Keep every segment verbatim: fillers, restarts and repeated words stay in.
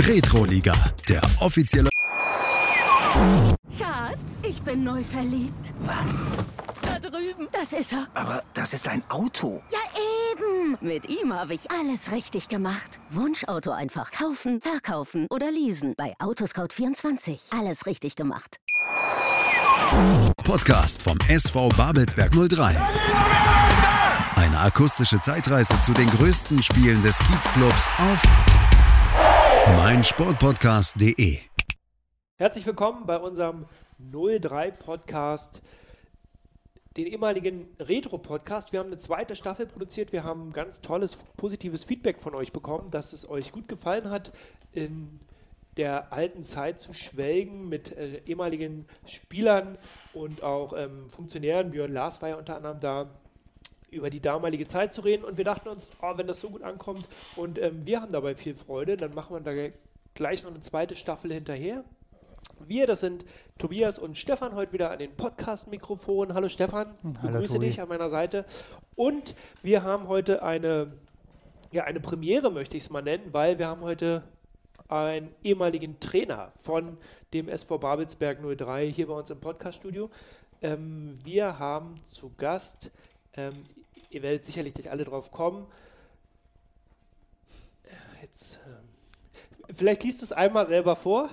Retro-Liga, der offizielle... Schatz, ich bin neu verliebt. Was? Da drüben. Das ist er. Aber das ist ein Auto. Ja, eben. Mit ihm habe ich alles richtig gemacht. Wunschauto einfach kaufen, verkaufen oder leasen. Bei Autoscout vierundzwanzig. Alles richtig gemacht. Podcast vom S V Babelsberg null drei. Eine akustische Zeitreise zu den größten Spielen des Kiezclubs auf meinsportpodcast punkt de. Herzlich willkommen bei unserem null drei Podcast, den ehemaligen Retro-Podcast. Wir haben eine zweite Staffel produziert. Wir haben ganz tolles, positives Feedback von euch bekommen, dass es euch gut gefallen hat, in der alten Zeit zu schwelgen mit äh, ehemaligen Spielern und auch ähm, Funktionären. Björn Lars war ja unter anderem da, über die damalige Zeit zu reden. Und wir dachten uns, oh, wenn das so gut ankommt und ähm, wir haben dabei viel Freude, dann machen wir da gleich noch eine zweite Staffel hinterher. Wir, das sind Tobias und Stefan, heute wieder an den Podcast-Mikrofonen. Hallo Stefan, Hallo, begrüße Tobi. dich an meiner Seite. Und wir haben heute eine, ja, eine Premiere, möchte ich es mal nennen, weil wir haben heute einen ehemaligen Trainer von dem S V Babelsberg null drei hier bei uns im Podcast-Studio. Ähm, wir haben zu Gast, ähm, ihr werdet sicherlich nicht alle drauf kommen, jetzt, ähm, vielleicht liest du es einmal selber vor.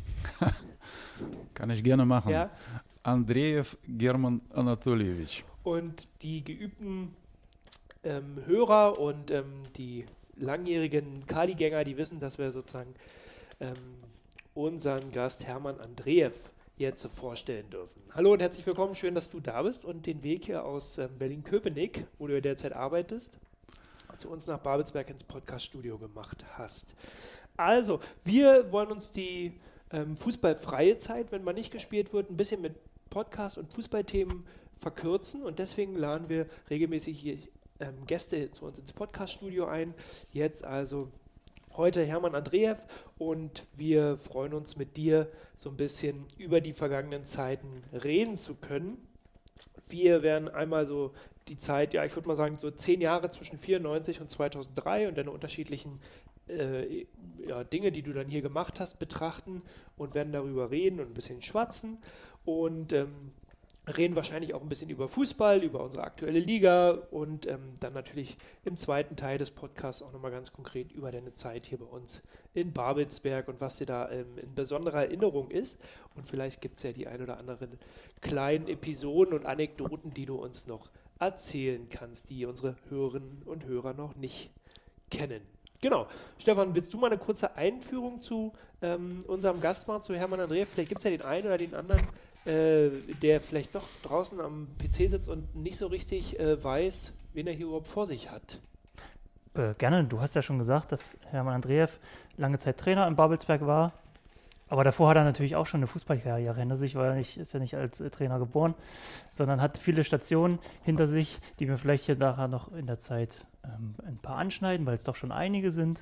Kann ich gerne machen. Ja. Andreev German Anatolievich. Und die geübten ähm, Hörer und ähm, die langjährigen Kali-Gänger, die wissen, dass wir sozusagen ähm, unseren Gast Hermann Andreev jetzt vorstellen dürfen. Hallo und herzlich willkommen, schön, dass du da bist und den Weg hier aus ähm, Berlin-Köpenick, wo du ja derzeit arbeitest, zu uns nach Babelsberg ins Podcast-Studio gemacht hast. Also, wir wollen uns die ähm, fußballfreie Zeit, wenn mal nicht gespielt wird, ein bisschen mit Podcast- und Fußballthemen verkürzen und deswegen laden wir regelmäßig hier ähm, Gäste zu uns ins Podcast-Studio ein. Jetzt also heute Hermann Andreev und wir freuen uns mit dir so ein bisschen über die vergangenen Zeiten reden zu können. Wir werden einmal so die Zeit, ja ich würde mal sagen so zehn Jahre zwischen vierundneunzig und zweitausenddrei und deine unterschiedlichen äh, ja, Dinge, die du dann hier gemacht hast, betrachten und werden darüber reden und ein bisschen schwatzen und ähm, reden wahrscheinlich auch ein bisschen über Fußball, über unsere aktuelle Liga und ähm, dann natürlich im zweiten Teil des Podcasts auch nochmal ganz konkret über deine Zeit hier bei uns in Babelsberg und was dir da ähm, in besonderer Erinnerung ist. Und vielleicht gibt es ja die ein oder anderen kleinen Episoden und Anekdoten, die du uns noch erzählen kannst, die unsere Hörerinnen und Hörer noch nicht kennen. Genau. Stefan, willst du mal eine kurze Einführung zu ähm, unserem Gast machen, zu Hermann Andreev? Vielleicht gibt es ja den einen oder den anderen, äh, der vielleicht doch draußen am P C sitzt und nicht so richtig äh, weiß, wen er hier überhaupt vor sich hat. Äh, gerne, du hast ja schon gesagt, dass Hermann Andreev lange Zeit Trainer in Babelsberg war. Aber davor hat er natürlich auch schon eine Fußballkarriere hinter sich, weil er nicht, ist ja nicht als äh, Trainer geboren, sondern hat viele Stationen hinter sich, die wir vielleicht hier nachher noch in der Zeit ähm, ein paar anschneiden, weil es doch schon einige sind.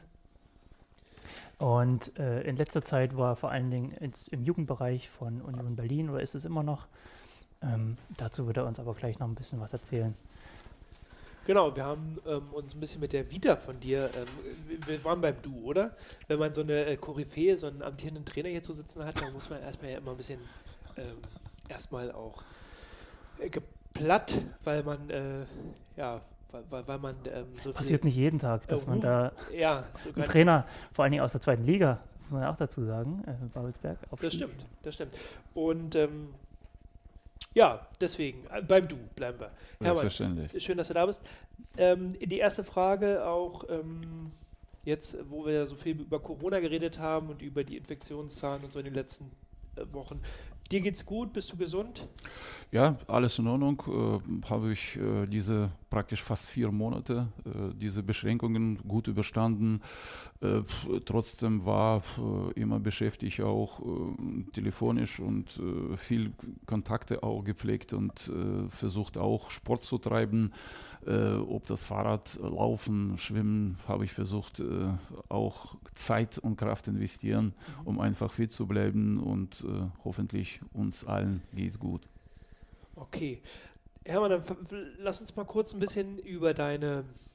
Und äh, in letzter Zeit war er vor allen Dingen ins, im Jugendbereich von Union Berlin, oder ist es immer noch. Ähm, dazu wird er uns aber gleich noch ein bisschen was erzählen. Genau, wir haben ähm, uns ein bisschen mit der Vita von dir, ähm, wir, wir waren beim Du, oder? Wenn man so eine äh, Koryphäe, so einen amtierenden Trainer hier zu sitzen hat, dann muss man erstmal ja immer ein bisschen, ähm, erstmal auch äh, geplatt, weil man, äh, ja, weil, weil, weil man ähm, so Passiert nicht jeden Tag, dass äh, man da ja, einen Trainer, vor allen Dingen aus der zweiten Liga, muss man ja auch dazu sagen, äh, Babelsberg. Das stimmt, das stimmt. Und ähm, ja, deswegen, äh, beim Du bleiben wir. Hermann, Selbstverständlich. schön, dass du da bist. Ähm, die erste Frage auch, ähm, jetzt, wo wir so viel über Corona geredet haben und über die Infektionszahlen und so in den letzten äh, Wochen. Dir geht's gut? Bist du gesund? Ja, alles in Ordnung. Äh, habe ich äh, diese praktisch fast vier Monate, äh, diese Beschränkungen gut überstanden. Äh, trotzdem war äh, immer beschäftigt auch äh, telefonisch und äh, viel Kontakte auch gepflegt und äh, versucht auch Sport zu treiben. Äh, ob das Fahrrad, Laufen, Schwimmen, habe ich versucht, äh, auch Zeit und Kraft investieren, um einfach fit zu bleiben und äh, hoffentlich uns allen geht gut. Okay. Hermann, dann f- f- lass uns mal kurz ein bisschen über deine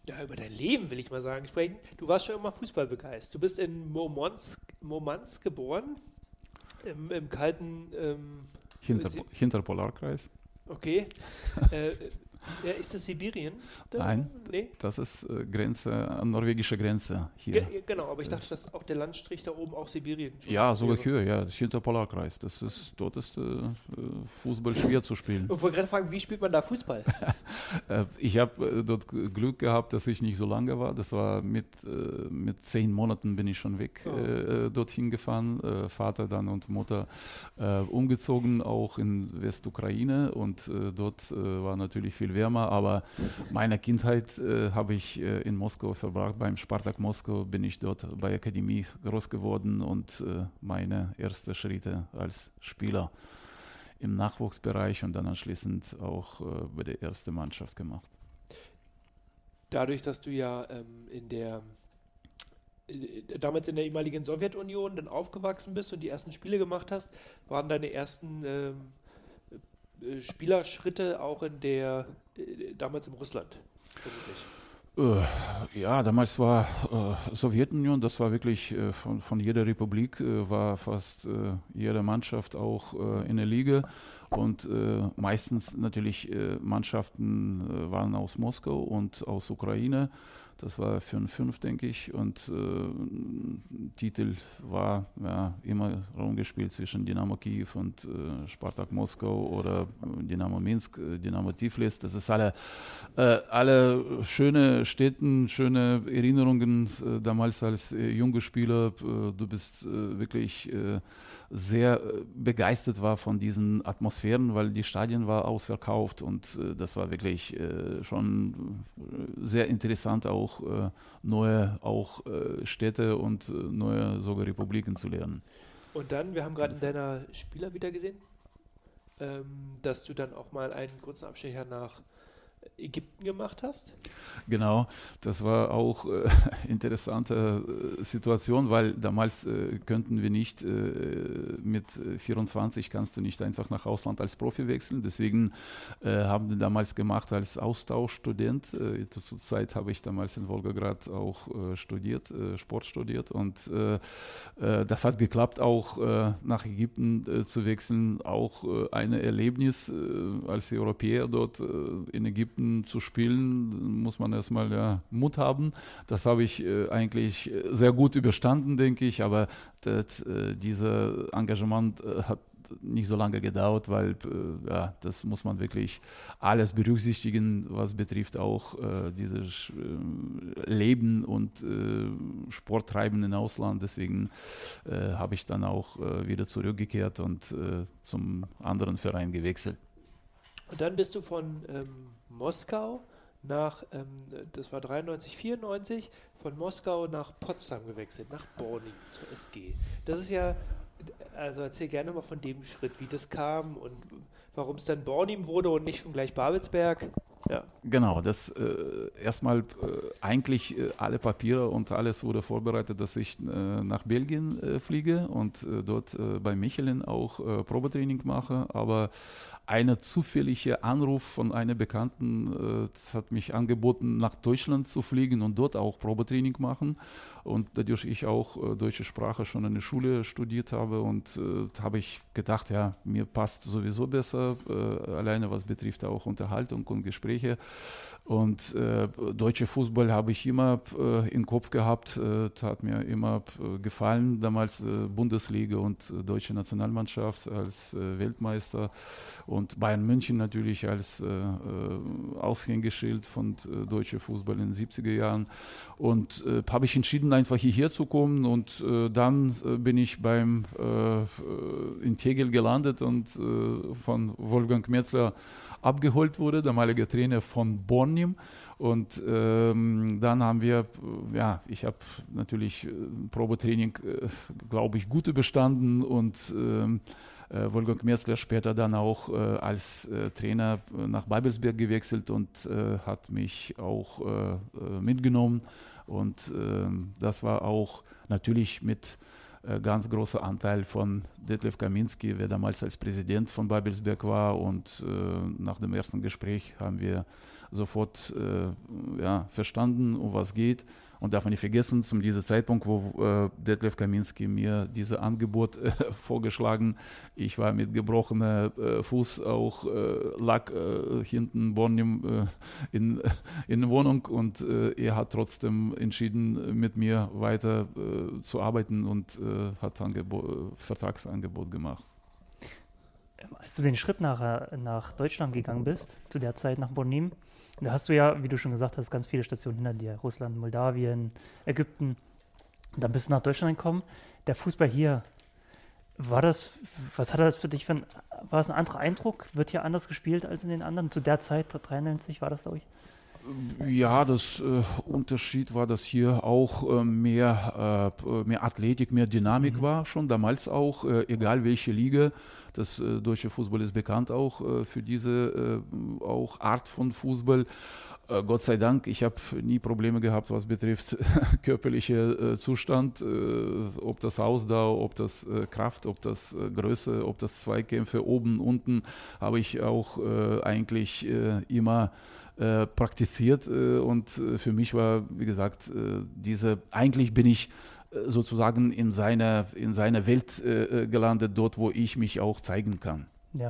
ja, über dein Leben will ich mal sagen, sprechen. Du warst schon immer Fußball begeistert. Du bist in Murmansk, Murmansk geboren, im, im kalten ähm, Hinter, Sie- Hinterpolarkreis. Okay. äh, ja, ist das Sibirien? Da? Nein. Nee? Das ist äh, Grenze, äh, norwegische Grenze hier. Ge genau, aber ich dachte, dass auch der Landstrich da oben auch Sibirien schon Ja, sogar wäre. höher, ja, das Hinterpolarkreis. Das ist, dort ist äh, äh, Fußball schwer zu spielen. Ich wollte gerade fragen, wie spielt man da Fußball? Äh, ich habe äh, dort G- Glück gehabt, dass ich nicht so lange war. Das war mit, äh, mit zehn Monaten bin ich schon weg Oh. äh, dorthin gefahren. Äh, Vater dann und Mutter äh, umgezogen, auch in Westukraine. Und äh, dort äh, war natürlich viel wärmer. Aber meine Kindheit äh, habe ich äh, in Moskau verbracht. Beim Spartak Moskau bin ich dort bei Akademie groß geworden und äh, meine ersten Schritte als Spieler im Nachwuchsbereich und dann anschließend auch äh, bei der ersten Mannschaft gemacht. Dadurch, dass du ja ähm, in der äh, damals in der ehemaligen Sowjetunion dann aufgewachsen bist und die ersten Spiele gemacht hast, waren deine ersten ähm, äh, Spielerschritte auch in der äh, damals in Russland vermutlich. Äh, ja, damals war äh, Sowjetunion, das war wirklich äh, von, von jeder Republik, äh, war fast äh, jede Mannschaft auch äh, in der Liga und äh, meistens natürlich äh, Mannschaften äh, waren aus Moskau und aus Ukraine. Das war fünf fünf, denke ich, und äh, Titel war ja, immer rumgespielt zwischen Dynamo Kiew und äh, Spartak Moskau oder äh, Dynamo Minsk, äh, Dynamo Tiflis. Das ist alle, äh, alle schöne Städte, schöne Erinnerungen äh, damals als äh, junger Spieler. Äh, du bist äh, wirklich äh, sehr äh, begeistert war von diesen Atmosphären, weil die Stadien war ausverkauft und äh, das war wirklich äh, schon äh, sehr interessant auch äh, neue auch äh, Städte und äh, neue sogar Republiken zu lernen. Und dann, wir haben gerade in deiner Spieler wieder gesehen, ähm, dass du dann auch mal einen kurzen Abstecher nach Ägypten gemacht hast. Genau, das war auch äh, interessante äh, Situation, weil damals äh, könnten wir nicht, äh, mit vierundzwanzig kannst du nicht einfach nach Ausland als Profi wechseln, deswegen äh, haben wir damals gemacht als Austauschstudent. Äh, zur Zeit habe ich damals in Wolgograd auch äh, studiert, äh, Sport studiert und äh, äh, das hat geklappt, auch äh, nach Ägypten äh, zu wechseln, auch äh, ein Erlebnis äh, als Europäer dort äh, in Ägypten zu spielen, muss man erstmal ja, Mut haben. Das habe ich äh, eigentlich sehr gut überstanden, denke ich, aber das, äh, dieses Engagement äh, hat nicht so lange gedauert, weil äh, ja, das muss man wirklich alles berücksichtigen, was betrifft auch äh, dieses äh, Leben und äh, Sporttreiben im Ausland. Deswegen äh, habe ich dann auch äh, wieder zurückgekehrt und äh, zum anderen Verein gewechselt. Und dann bist du von ähm, Moskau nach, ähm, das war dreiundneunzig, vierundneunzig, von Moskau nach Potsdam gewechselt, nach Bornim zur S G. Das ist ja, also erzähl gerne mal von dem Schritt, wie das kam und warum es dann Bornim wurde und nicht schon gleich Babelsberg. Ja. Genau, das äh, erstmal äh, eigentlich äh, alle Papiere und alles wurde vorbereitet, dass ich äh, nach Belgien äh, fliege und äh, dort äh, bei Michelin auch äh, Probetraining mache, aber eine zufällige Anruf von einer Bekannten äh, das hat mich angeboten, nach Deutschland zu fliegen und dort auch Probetraining machen und dadurch ich auch äh, deutsche Sprache schon in der Schule studiert habe und äh, habe ich gedacht, ja, mir passt sowieso besser, äh, alleine was betrifft auch Unterhaltung und Gespräche. Und äh, deutsche Fußball habe ich immer äh, im Kopf gehabt, äh, hat mir immer äh, gefallen, damals äh, Bundesliga und äh, deutsche Nationalmannschaft als äh, Weltmeister und Bayern München natürlich als äh, äh, Aushängeschild von äh, deutscher Fußball in den siebziger Jahren. Und äh, habe ich entschieden, einfach hierher zu kommen und äh, dann äh, bin ich beim äh, in Tegel gelandet und äh, von Wolfgang Metzler abgeholt wurde, damaliger Trainer von Bornim. Und ähm, dann haben wir, ja, ich habe natürlich äh, Probetraining, äh, glaube ich, gut überstanden und ähm, äh, Wolfgang Metzler später dann auch äh, als äh, Trainer nach Babelsberg gewechselt und äh, hat mich auch äh, mitgenommen. Und äh, das war auch natürlich mit äh, ganz großer Anteil von Detlef Kaminski, der damals als Präsident von Babelsberg war, und äh, nach dem ersten Gespräch haben wir sofort äh, ja, verstanden, um was geht. Und darf man nicht vergessen, zu diesem Zeitpunkt, wo äh, Detlef Kaminski mir dieses Angebot äh, vorgeschlagen, ich war mit gebrochenem äh, Fuß auch äh, lag äh, hinten Bornim äh, in, in der Wohnung, und äh, er hat trotzdem entschieden, mit mir weiter äh, zu arbeiten, und äh, hat Angebo- Vertragsangebot gemacht. Als du den Schritt nach, nach Deutschland gegangen bist, zu der Zeit nach Bornim, da hast du ja, wie du schon gesagt hast, ganz viele Stationen hinter dir. Russland, Moldawien, Ägypten. Und dann bist du nach Deutschland gekommen. Der Fußball hier, war das, was hat das für dich für ein, war es ein anderer Eindruck? Wird hier anders gespielt als in den anderen? Zu der Zeit, dreiundneunzig war das, glaube ich? Ja, das äh, Unterschied war, dass hier auch äh, mehr, äh, mehr Athletik, mehr Dynamik mhm. war, schon damals auch, äh, egal welche Liga. Das äh, deutsche Fußball ist bekannt auch äh, für diese äh, auch Art von Fußball. Äh, Gott sei Dank, ich habe nie Probleme gehabt, was betrifft körperlicher äh, Zustand, äh, ob das Ausdauer, ob das äh, Kraft, ob das äh, Größe, ob das Zweikämpfe oben, unten, habe ich auch äh, eigentlich äh, immer Äh, praktiziert, äh, und äh, für mich war, wie gesagt, äh, diese, eigentlich bin ich äh, sozusagen in seiner, in seiner Welt äh, gelandet, dort, wo ich mich auch zeigen kann. Ja,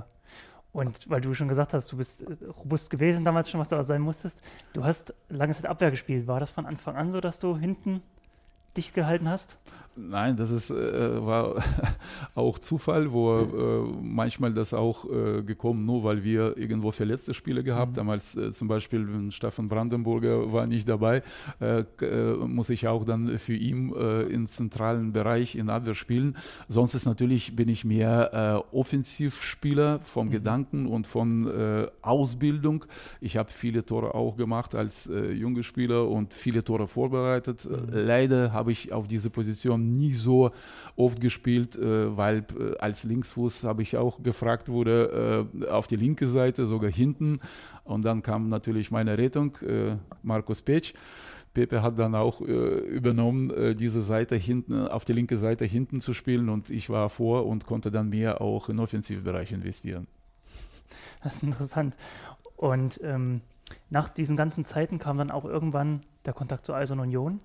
und weil du schon gesagt hast, du bist äh, robust gewesen damals schon, was du aber sein musstest, du hast lange Zeit Abwehr gespielt. War das von Anfang an so, dass du hinten dicht gehalten hast? Nein, das ist, äh, war auch Zufall, wo äh, manchmal das auch äh, gekommen, nur weil wir irgendwo verletzte Spieler gehabt. Mhm. Damals äh, zum Beispiel Stefan Brandenburger war nicht dabei, äh, äh, muss ich auch dann für ihn äh, im zentralen Bereich in Abwehr spielen. Sonst ist natürlich, bin ich mehr äh, Offensivspieler vom mhm. Gedanken und von äh, Ausbildung. Ich habe viele Tore auch gemacht als äh, junger Spieler und viele Tore vorbereitet. Mhm. Leider habe ich auf diese Position nie so oft gespielt, äh, weil äh, als Linksfuß habe ich auch gefragt wurde, äh, auf die linke Seite, sogar hinten. Und dann kam natürlich meine Rettung, äh, Markus Petsch. Pepe hat dann auch äh, übernommen, äh, diese Seite hinten, auf die linke Seite hinten zu spielen, und ich war vor und konnte dann mehr auch im Offensivbereich investieren. Das ist interessant. Und ähm, nach diesen ganzen Zeiten kam dann auch irgendwann der Kontakt zur Eisern Union.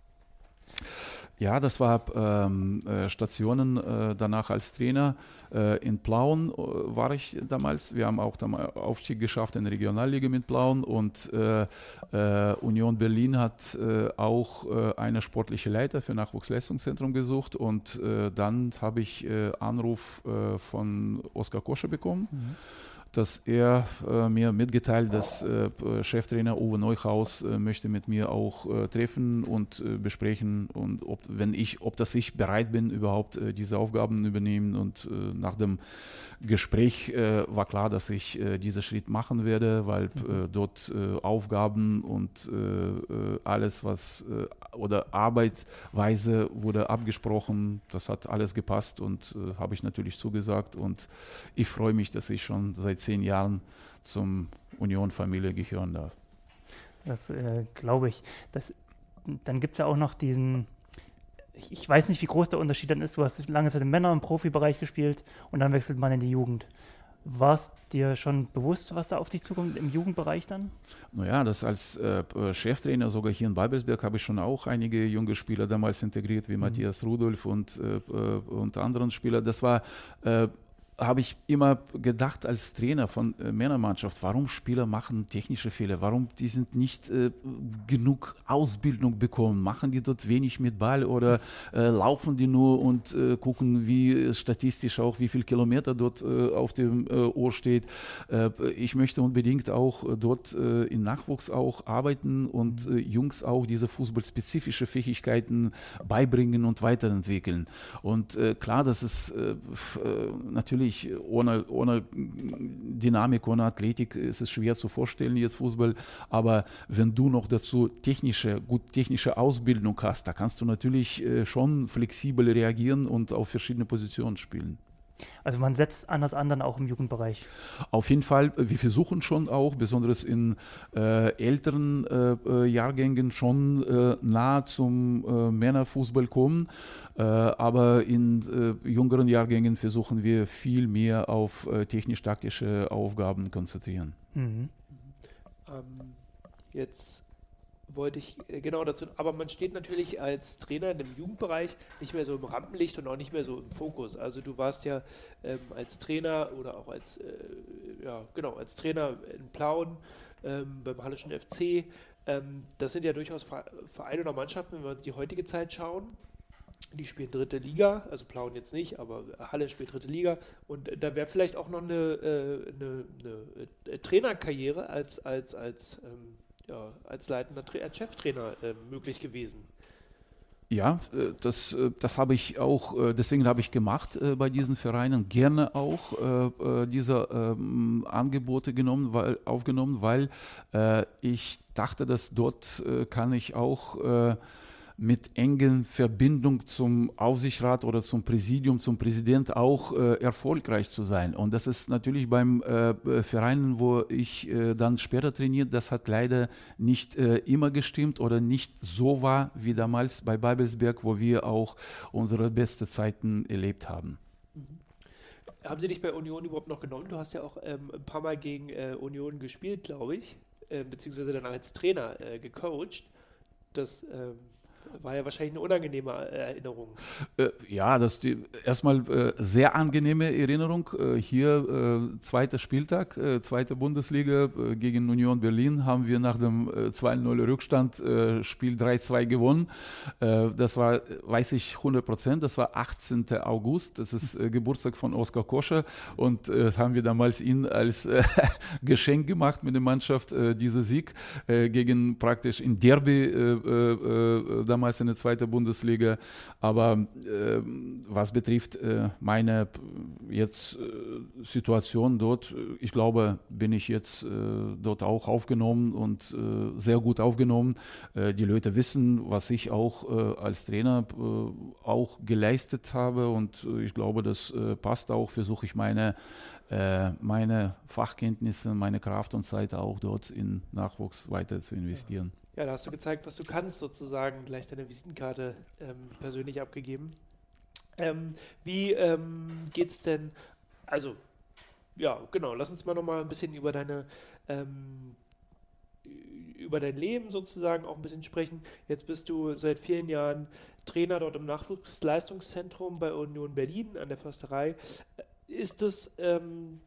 Ja, das war ähm, äh, Stationen äh, danach als Trainer. Äh, in Plauen äh, war ich damals. Wir haben auch den Aufstieg geschafft in der Regionalliga mit Plauen, und äh, äh, Union Berlin hat äh, auch äh, eine sportliche Leiter für Nachwuchsleistungszentrum gesucht, und äh, dann habe ich äh, Anruf äh, von Oskar Kosche bekommen. Mhm. Dass er äh, mir mitgeteilt, dass äh, Cheftrainer Uwe Neuhaus äh, möchte mit mir auch äh, treffen und äh, besprechen, und ob, wenn ich, ob das ich bereit bin, überhaupt äh, diese Aufgaben übernehmen. Und äh, nach dem Gespräch äh, war klar, dass ich äh, diesen Schritt machen werde, weil äh, dort äh, Aufgaben und äh, alles, was äh, oder Arbeitsweise wurde abgesprochen. Das hat alles gepasst, und äh, habe ich natürlich zugesagt, und ich freue mich, dass ich schon seit zehn Jahren zum Union-Familie gehören darf. Das äh, glaube ich. Das, dann gibt es ja auch noch diesen, ich, ich weiß nicht, wie groß der Unterschied dann ist, du hast lange Zeit im Männer- und Profibereich gespielt und dann wechselt man in die Jugend. War es dir schon bewusst, was da auf dich zukommt im Jugendbereich dann? Naja, das als äh, Cheftrainer, sogar hier in Babelsberg, habe ich schon auch einige junge Spieler damals integriert, wie mhm. Matthias Rudolph und, äh, und anderen Spieler. Das war äh, habe ich immer gedacht als Trainer von äh, Männermannschaft, warum Spieler machen technische Fehler, warum die sind nicht äh, genug Ausbildung bekommen, machen die dort wenig mit Ball oder äh, laufen die nur und äh, gucken, wie statistisch auch, wie viel Kilometer dort äh, auf dem äh, Ohr steht. Äh, ich möchte unbedingt auch äh, dort äh, in Nachwuchs auch arbeiten und äh, Jungs auch diese fußballspezifische Fähigkeiten beibringen und weiterentwickeln. Und äh, klar, das ist äh, f- äh, natürlich Ohne, ohne Dynamik, ohne Athletik ist es schwer zu vorstellen jetzt Fußball, aber wenn du noch dazu technische, gut technische Ausbildung hast, da kannst du natürlich äh, schon flexibel reagieren und auf verschiedene Positionen spielen. Also man setzt anders an, dann auch im Jugendbereich. Auf jeden Fall, wir versuchen schon auch, besonders in äh, älteren äh, Jahrgängen schon äh, nah zum äh, Männerfußball kommen, äh, aber in äh, jüngeren Jahrgängen versuchen wir viel mehr auf äh, technisch-taktische Aufgaben konzentrieren. Mhm. Ähm, jetzt wollte ich äh, genau dazu, aber man steht natürlich als Trainer im Jugendbereich nicht mehr so im Rampenlicht und auch nicht mehr so im Fokus. Also du warst ja ähm, als Trainer oder auch als, äh, ja genau, als Trainer in Plauen ähm, beim Halleschen F C. Ähm, das sind ja durchaus Vereine oder Mannschaften, wenn wir die heutige Zeit schauen. Die spielen dritte Liga, also Plauen jetzt nicht, aber Halle spielt dritte Liga. Und da wäre vielleicht auch noch eine, äh, eine, eine Trainerkarriere als, als, als ähm, Ja, als leitender Tra- als Cheftrainer äh, möglich gewesen. Ja, äh, das, äh, das habe ich auch, äh, deswegen habe ich gemacht äh, bei diesen Vereinen, gerne auch äh, äh, diese ähm, Angebote genommen, weil, aufgenommen, weil äh, ich dachte, dass dort äh, kann ich auch äh, mit engen Verbindung zum Aufsichtsrat oder zum Präsidium, zum Präsident auch äh, erfolgreich zu sein. Und das ist natürlich beim äh, Vereinen, wo ich äh, dann später trainiert, das hat leider nicht äh, immer gestimmt oder nicht so war wie damals bei Babelsberg, wo wir auch unsere besten Zeiten erlebt haben. Mhm. Haben Sie dich bei Union überhaupt noch genommen? Du hast ja auch ähm, ein paar Mal gegen äh, Union gespielt, glaube ich, äh, beziehungsweise dann als Trainer äh, gecoacht. Das ähm war ja wahrscheinlich eine unangenehme Erinnerung. Äh, ja, das ist die, erstmal äh, sehr angenehme Erinnerung. Äh, hier äh, zweiter Spieltag, äh, zweite Bundesliga äh, gegen Union Berlin haben wir nach dem äh, zwei null Rückstand äh, Spiel drei zwei gewonnen. Äh, das war, weiß ich hundert Prozent, das war achtzehnten August, das ist äh, Geburtstag von Oskar Koscher und äh, haben wir damals ihn als äh, Geschenk gemacht mit der Mannschaft, äh, dieser Sieg äh, gegen praktisch in Derby äh, äh, damals in der zweiten Bundesliga, aber äh, was betrifft äh, meine jetzt äh, Situation dort, ich glaube, bin ich jetzt äh, dort auch aufgenommen und äh, sehr gut aufgenommen. Äh, die Leute wissen, was ich auch äh, als Trainer äh, auch geleistet habe und äh, ich glaube, das äh, passt auch, versuche ich meine äh, meine Fachkenntnisse, meine Kraft und Zeit auch dort in Nachwuchs weiter zu investieren. Ja, da hast du gezeigt, was du kannst, sozusagen, gleich deine Visitenkarte ähm, persönlich abgegeben. Ähm, wie ähm, geht's denn, also, ja, genau, lass uns mal nochmal ein bisschen über deine, ähm, über dein Leben sozusagen auch ein bisschen sprechen. Jetzt bist du seit vielen Jahren Trainer dort im Nachwuchsleistungszentrum bei Union Berlin an der Försterei. Ist das, ähm,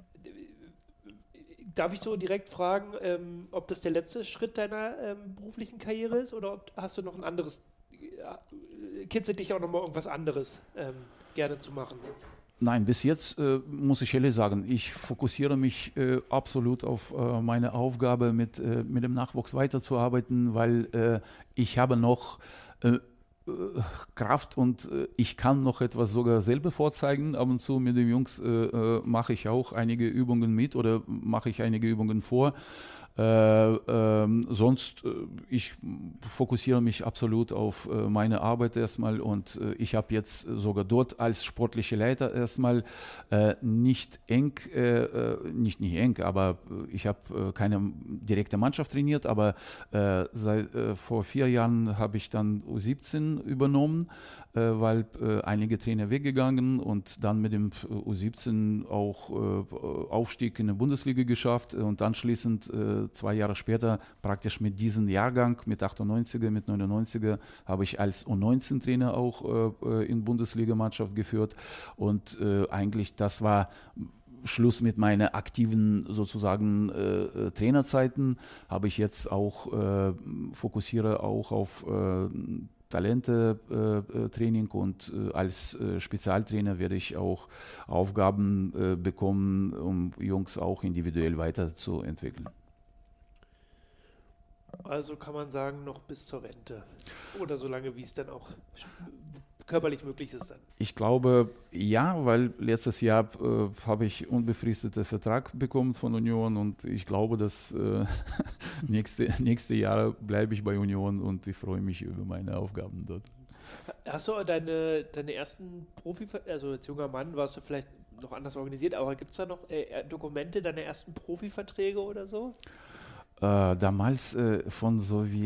darf ich so direkt fragen, ähm, ob das der letzte Schritt deiner ähm, beruflichen Karriere ist oder ob, hast du noch ein anderes, äh, kitzelt dich auch noch mal irgendwas anderes ähm, gerne zu machen? Nein, bis jetzt äh, muss ich ehrlich sagen, ich fokussiere mich äh, absolut auf äh, meine Aufgabe, mit, äh, mit dem Nachwuchs weiterzuarbeiten, weil äh, ich habe noch äh, Kraft und äh, ich kann noch etwas sogar selber vorzeigen. Ab und zu mit den Jungs äh, äh, mache ich auch einige Übungen mit oder mache ich einige Übungen vor. Äh, äh, sonst, äh, ich fokussiere mich absolut auf äh, meine Arbeit erstmal und äh, ich habe jetzt sogar dort als sportlicher Leiter erstmal äh, nicht eng, äh, nicht, nicht eng, aber ich habe äh, keine direkte Mannschaft trainiert, aber äh, seit, äh, vor vier Jahren habe ich dann U siebzehn übernommen, äh, weil äh, einige Trainer weggegangen und dann mit dem U siebzehn auch äh, Aufstieg in der Bundesliga geschafft und anschließend äh, zwei Jahre später praktisch mit diesem Jahrgang, mit achtundneunziger, mit neunundneunziger, habe ich als U neunzehn Trainer auch äh, in Bundesligamannschaft geführt und äh, eigentlich das war Schluss mit meinen aktiven sozusagen äh, Trainerzeiten, habe ich jetzt auch, äh, fokussiere auch auf äh, Talente-Training äh, und äh, als äh, Spezialtrainer werde ich auch Aufgaben äh, bekommen, um Jungs auch individuell weiterzuentwickeln. Also kann man sagen, noch bis zur Rente. Oder so lange, wie es dann auch körperlich möglich ist dann. Ich glaube, ja, weil letztes Jahr äh, habe ich unbefristeten Vertrag bekommen von Union und ich glaube, dass äh, nächste, nächste Jahre bleibe ich bei Union und ich freue mich über meine Aufgaben dort. Hast du deine, deine ersten Profi, also als junger Mann warst du vielleicht noch anders organisiert, aber gibt es da noch äh, Dokumente deiner ersten Profiverträge oder so? Äh, damals äh, von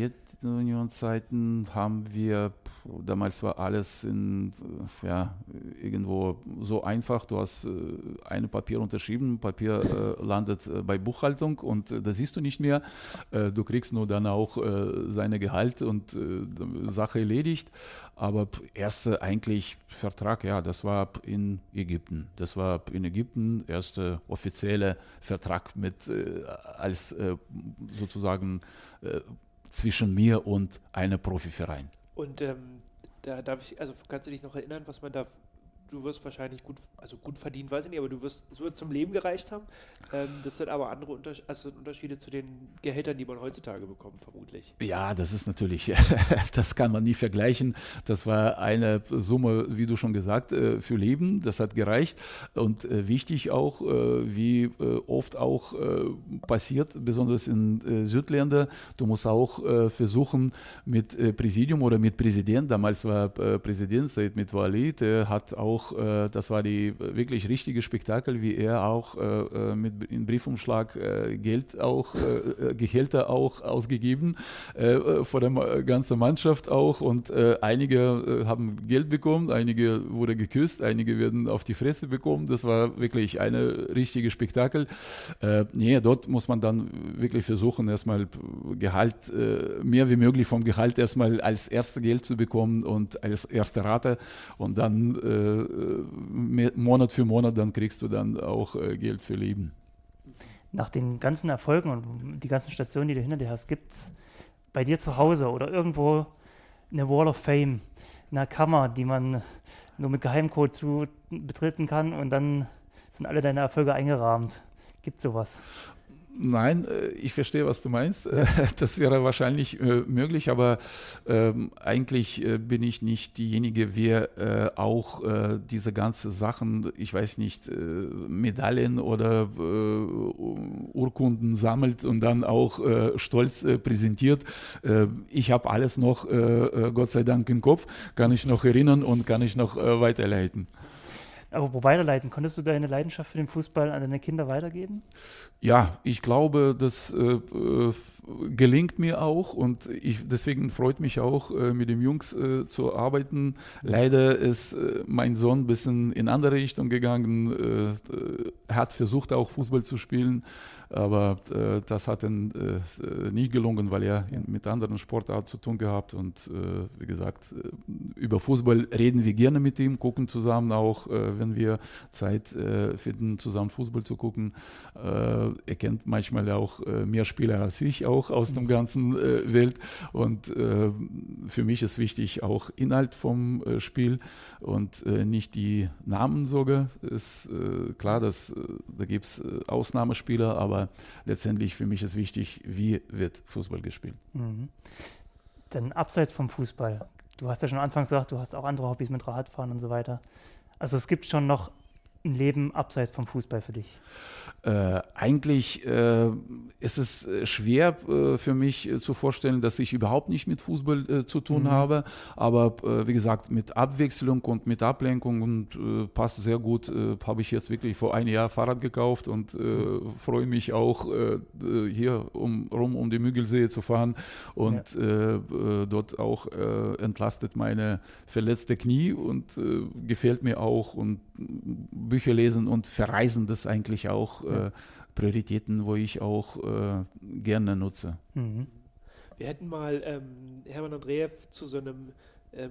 Sowjetunion-Zeiten haben wir, damals war alles in, äh, ja, irgendwo so einfach. Du hast äh, ein Papier unterschrieben, Papier äh, landet äh, bei Buchhaltung und äh, das siehst du nicht mehr. Äh, du kriegst nur dann auch äh, seine Gehalt und äh, Sache erledigt. Aber erste eigentlich Vertrag, ja, das war in Ägypten. Das war in Ägypten, erste offizielle Vertrag mit äh, als äh, sozusagen äh, zwischen mir und einem Profiverein. Und ähm, da darf ich, also kannst du dich noch erinnern, was man da, du wirst wahrscheinlich gut, also gut verdient, weiß ich nicht, aber du wirst, es wird zum Leben gereicht haben. Ähm, das sind aber andere Unterschiede, also Unterschiede zu den Gehältern, die man heutzutage bekommt, vermutlich. Ja, das ist natürlich, das kann man nie vergleichen. Das war eine Summe, wie du schon gesagt, für Leben. Das hat gereicht. Und wichtig auch, wie oft auch passiert, besonders in Südländern, du musst auch versuchen mit Präsidium oder mit Präsident, damals war Präsident Said Mitwali, der hat auch, das war die wirklich richtige Spektakel, wie er auch mit in Briefumschlag Geld auch, Gehälter auch ausgegeben, vor der ganzen Mannschaft auch, und einige haben Geld bekommen, einige wurde geküsst, einige werden auf die Fresse bekommen. Das war wirklich eine richtige Spektakel. Nee, dort muss man dann wirklich versuchen, erstmal Gehalt, mehr wie möglich vom Gehalt erstmal als erste Geld zu bekommen und als erste Rate, und dann äh, Monat für Monat, dann kriegst du dann auch äh, Geld für Leben. Nach den ganzen Erfolgen und die ganzen Stationen, die du hinter dir hast, gibt es bei dir zu Hause oder irgendwo eine Wall of Fame, eine Kammer, die man nur mit Geheimcode zu betreten kann, und dann sind alle deine Erfolge eingerahmt. Gibt es sowas? Nein, ich verstehe, was du meinst. Das wäre wahrscheinlich äh, möglich, aber ähm, eigentlich äh, bin ich nicht diejenige, wer äh, auch äh, diese ganzen Sachen, ich weiß nicht, äh, Medaillen oder äh, Urkunden sammelt und dann auch äh, stolz äh, präsentiert. Äh, ich habe alles noch, äh, Gott sei Dank, im Kopf, kann ich noch erinnern und kann ich noch äh, weiterleiten. Aber wo weiterleiten? Konntest du deine Leidenschaft für den Fußball an deine Kinder weitergeben? Ja, ich glaube, das äh, äh, gelingt mir auch, und ich, deswegen freut mich auch, äh, mit den Jungs äh, zu arbeiten. Leider ist äh, mein Sohn ein bisschen in andere Richtung gegangen. Äh, er hat versucht, auch Fußball zu spielen, aber äh, das hat ihm äh, nicht gelungen, weil er in, mit anderen Sportarten zu tun gehabt. Und äh, wie gesagt, äh, über Fußball reden wir gerne mit ihm, gucken zusammen auch, äh, wenn wir Zeit äh, finden, zusammen Fußball zu gucken. Äh, er kennt manchmal auch äh, mehr Spieler als ich auch aus der ganzen äh, Welt, und äh, für mich ist wichtig auch Inhalt vom äh, Spiel und äh, nicht die Namen sogar. Ist äh, klar, dass, äh, da gibt es äh, Ausnahmespieler, aber letztendlich für mich ist wichtig, wie wird Fußball gespielt. Mhm. Denn abseits vom Fußball, du hast ja schon anfangs gesagt, du hast auch andere Hobbys mit Radfahren und so weiter. Also es gibt schon noch ein Leben abseits vom Fußball für dich? Äh, eigentlich äh, ist es schwer äh, für mich äh, zu vorstellen, dass ich überhaupt nicht mit Fußball äh, zu tun mhm. habe, aber äh, wie gesagt, mit Abwechslung und mit Ablenkung, und äh, passt sehr gut, äh, habe ich jetzt wirklich vor einem Jahr Fahrrad gekauft und äh, mhm. freue mich auch äh, hier um, rum um die Müggelsee zu fahren und ja. äh, dort auch äh, entlastet meine verletzte Knie und äh, gefällt mir auch, und Bücher lesen und verreisen, das eigentlich auch äh, Prioritäten, wo ich auch äh, gerne nutze. Mhm. Wir hätten mal ähm, Hermann Andreev zu so einem ähm,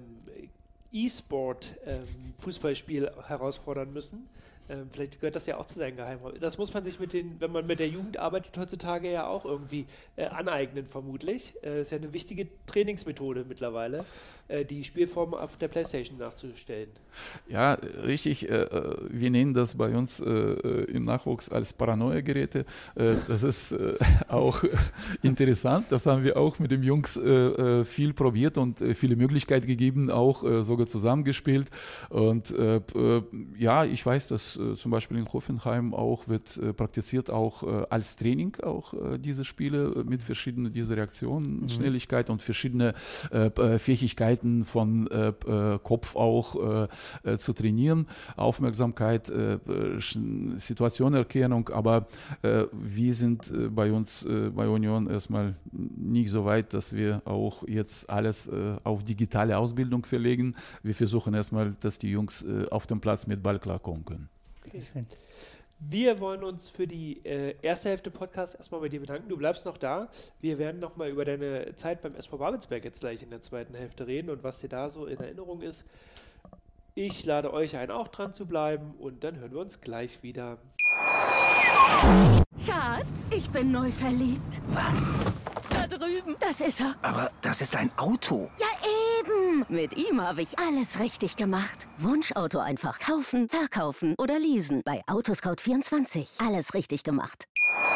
E-Sport-Fußballspiel ähm, herausfordern müssen. Ähm, vielleicht gehört das ja auch zu seinen Geheimnissen. Das muss man sich mit den, wenn man mit der Jugend arbeitet, heutzutage ja auch irgendwie äh, aneignen, vermutlich. Äh, ist ja eine wichtige Trainingsmethode mittlerweile, äh, die Spielform auf der PlayStation nachzustellen. Ja, richtig. Äh, wir nennen das bei uns äh, im Nachwuchs als Paranoia-Geräte. Äh, das ist äh, auch interessant. Das haben wir auch mit den Jungs äh, viel probiert und äh, viele Möglichkeiten gegeben, auch äh, sogar zusammengespielt. Und äh, äh, ja, ich weiß, dass uns äh, zum Beispiel in Hoffenheim auch wird äh, praktiziert auch äh, als Training auch äh, diese Spiele äh, mit verschiedenen diese Reaktionen, mhm. Schnelligkeit und verschiedene äh, Fähigkeiten von äh, äh, Kopf auch äh, äh, zu trainieren, Aufmerksamkeit, äh, Situationerkennung, aber äh, wir sind äh, bei uns äh, bei Union erstmal nicht so weit, dass wir auch jetzt alles äh, auf digitale Ausbildung verlegen. Wir versuchen erstmal, dass die Jungs äh, auf dem Platz mit Ball klarkommen können. Okay. Wir wollen uns für die äh, erste Hälfte Podcast erstmal bei dir bedanken. Du bleibst noch da. Wir werden nochmal über deine Zeit beim S V Babelsberg jetzt gleich in der zweiten Hälfte reden und was dir da so in Erinnerung ist. Ich lade euch ein, auch dran zu bleiben und dann hören wir uns gleich wieder. Schatz, ich bin neu verliebt. Was? Da drüben. Das ist er. Aber das ist ein Auto. Ja, eben. Mit ihm habe ich alles richtig gemacht. Wunschauto einfach kaufen, verkaufen oder leasen. Bei Autoscout vierundzwanzig. Alles richtig gemacht.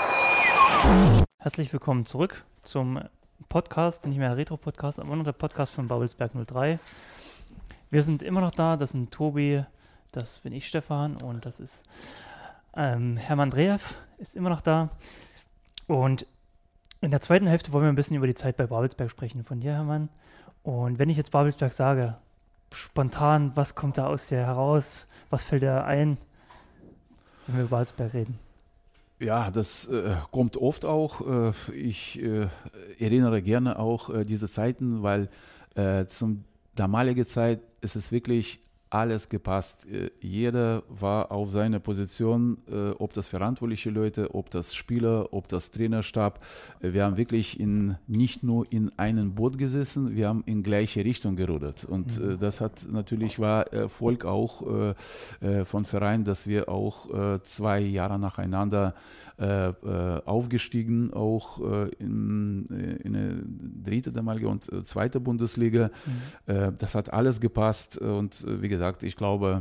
Herzlich willkommen zurück zum Podcast, nicht mehr der Retro-Podcast, aber nur der Podcast von Babelsberg null drei. Wir sind immer noch da. Das sind Tobi, das bin ich, Stefan, und das ist ähm, Hermann Dreev ist immer noch da. Und in der zweiten Hälfte wollen wir ein bisschen über die Zeit bei Babelsberg sprechen. Von dir, Hermann. Und wenn ich jetzt Babelsberg sage, spontan, was kommt da aus dir heraus? Was fällt dir ein, wenn wir über Babelsberg reden? Ja, das äh, kommt oft auch. Äh, ich äh, erinnere gerne auch äh, diese Zeiten, weil äh, zum damaligen Zeit ist es wirklich alles gepasst. Äh, jeder war auf seiner Position, äh, ob das verantwortliche Leute, ob das Spieler, ob das Trainerstab. Äh, wir haben wirklich in, nicht nur in einem Boot gesessen, wir haben in gleiche Richtung gerudert. Und mhm. äh, das hat natürlich war Erfolg auch äh, äh, von Verein, dass wir auch äh, zwei Jahre nacheinander äh, äh, aufgestiegen, auch äh, in, in eine dritte damalige und äh, zweite Bundesliga. Mhm. Äh, das hat alles gepasst und äh, wie gesagt, ich glaube,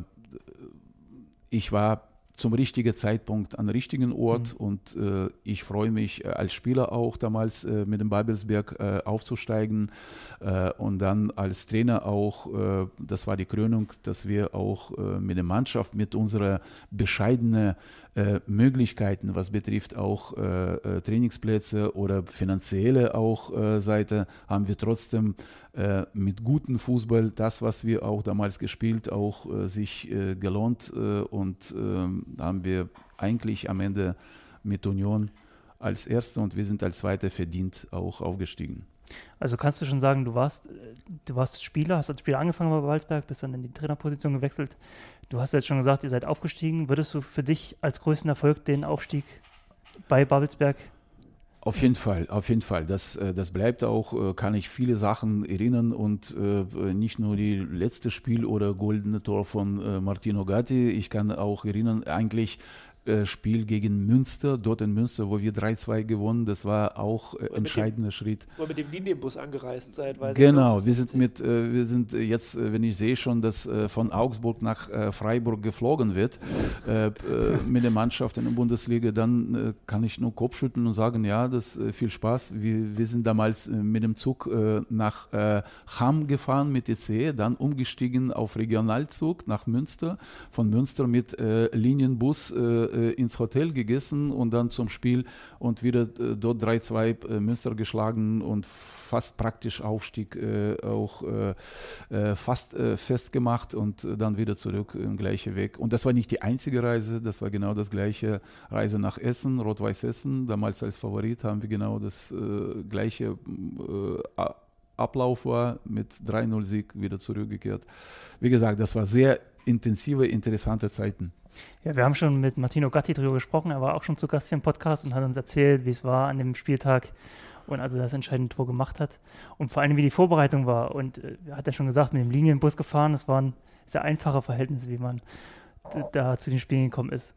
ich war zum richtigen Zeitpunkt am richtigen Ort mhm. und äh, ich freue mich äh, als Spieler auch damals äh, mit dem Babelsberg äh, aufzusteigen äh, und dann als Trainer auch, äh, das war die Krönung, dass wir auch äh, mit der Mannschaft, mit unserer bescheidenen äh, Möglichkeiten, was betrifft auch äh, äh, Trainingsplätze oder finanzielle auch äh, Seite, haben wir trotzdem äh, mit gutem Fußball das, was wir auch damals gespielt, auch äh, sich äh, gelohnt äh, und äh, haben wir eigentlich am Ende mit Union als Erster und wir sind als Zweiter verdient auch aufgestiegen. Also kannst du schon sagen, du warst, du warst Spieler, hast als Spieler angefangen bei Babelsberg, bist dann in die Trainerposition gewechselt. Du hast jetzt schon gesagt, ihr seid aufgestiegen. Würdest du für dich als größten Erfolg den Aufstieg bei Babelsberg? Auf jeden Fall, auf jeden Fall. Das, das bleibt auch, kann ich viele Sachen erinnern und äh, nicht nur die letzte Spiel oder goldene Tor von äh, Martino Gatti. Ich kann auch erinnern, eigentlich Spiel gegen Münster, dort in Münster, wo wir drei zwei gewonnen. Das war auch ein entscheidender dem, Schritt. Wo ihr mit dem Linienbus angereist seid. Genau, wir sind, mit, äh, wir sind jetzt, wenn ich sehe schon, dass äh, von Augsburg nach äh, Freiburg geflogen wird äh, äh, mit der Mannschaft in der Bundesliga, dann äh, kann ich nur Kopf schütteln und sagen, ja, das äh, viel Spaß. Wir, wir sind damals äh, mit dem Zug äh, nach äh, Hamm gefahren mit I C E, dann umgestiegen auf Regionalzug nach Münster, von Münster mit äh, Linienbus äh, ins Hotel gegessen und dann zum Spiel und wieder äh, dort drei zwei äh, Münster geschlagen und fast praktisch Aufstieg äh, auch äh, äh, fast äh, festgemacht und äh, dann wieder zurück im gleichen Weg. Und das war nicht die einzige Reise, das war genau das gleiche Reise nach Essen, Rot-Weiß Essen. Damals als Favorit haben wir genau das äh, gleiche äh, Ablauf war mit drei null Sieg wieder zurückgekehrt. Wie gesagt, das war sehr intensive, interessante Zeiten. Ja, wir haben schon mit Martino Gatti drüber gesprochen, er war auch schon zu Gast hier im Podcast und hat uns erzählt, wie es war an dem Spieltag und als er das entscheidende Tor gemacht hat und vor allem, wie die Vorbereitung war. Und äh, er hat ja schon gesagt, mit dem Linienbus gefahren, das waren sehr einfache Verhältnisse, wie man d- da zu den Spielen gekommen ist.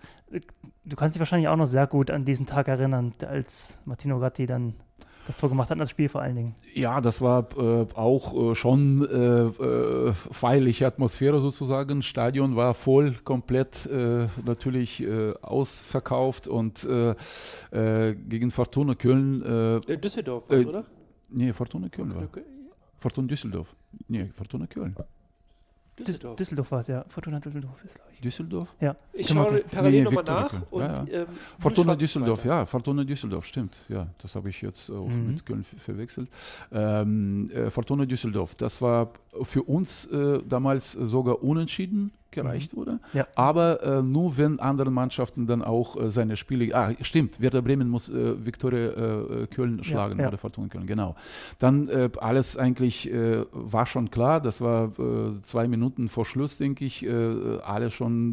Du kannst dich wahrscheinlich auch noch sehr gut an diesen Tag erinnern, als Martino Gatti dann das Tor gemacht hat, das Spiel vor allen Dingen. Ja, das war äh, auch äh, schon äh, äh, feierliche Atmosphäre sozusagen. Stadion war voll, komplett äh, natürlich äh, ausverkauft und äh, äh, gegen Fortuna Köln. Äh, Düsseldorf, äh, oder? Nee, Fortuna Köln war. Okay. Fortuna Düsseldorf. Nee, Fortuna Köln. Düsseldorf. Düsseldorf war es, ja. Fortuna Düsseldorf ist, glaube ich. Düsseldorf? Ja. Ich Kann man- schaue parallel Nee, nee, nochmal Viktoria nach. Köln. Und, Ja, ja. ähm, du Fortuna schwatzst Düsseldorf, weiter. ja, Fortuna Düsseldorf, stimmt. Ja, das habe ich jetzt auch Mhm. mit Köln ver- verwechselt. Ähm, äh, Fortuna Düsseldorf, das war für uns äh, damals sogar unentschieden gereicht wurde, Ja. aber äh, nur wenn andere Mannschaften dann auch äh, seine Spiele, ah stimmt, Werder Bremen muss äh, Viktoria äh, Köln schlagen ja. oder Fortuna Köln, genau. Dann äh, alles eigentlich äh, war schon klar, das war äh, zwei Minuten vor Schluss, denke ich, äh, alle schon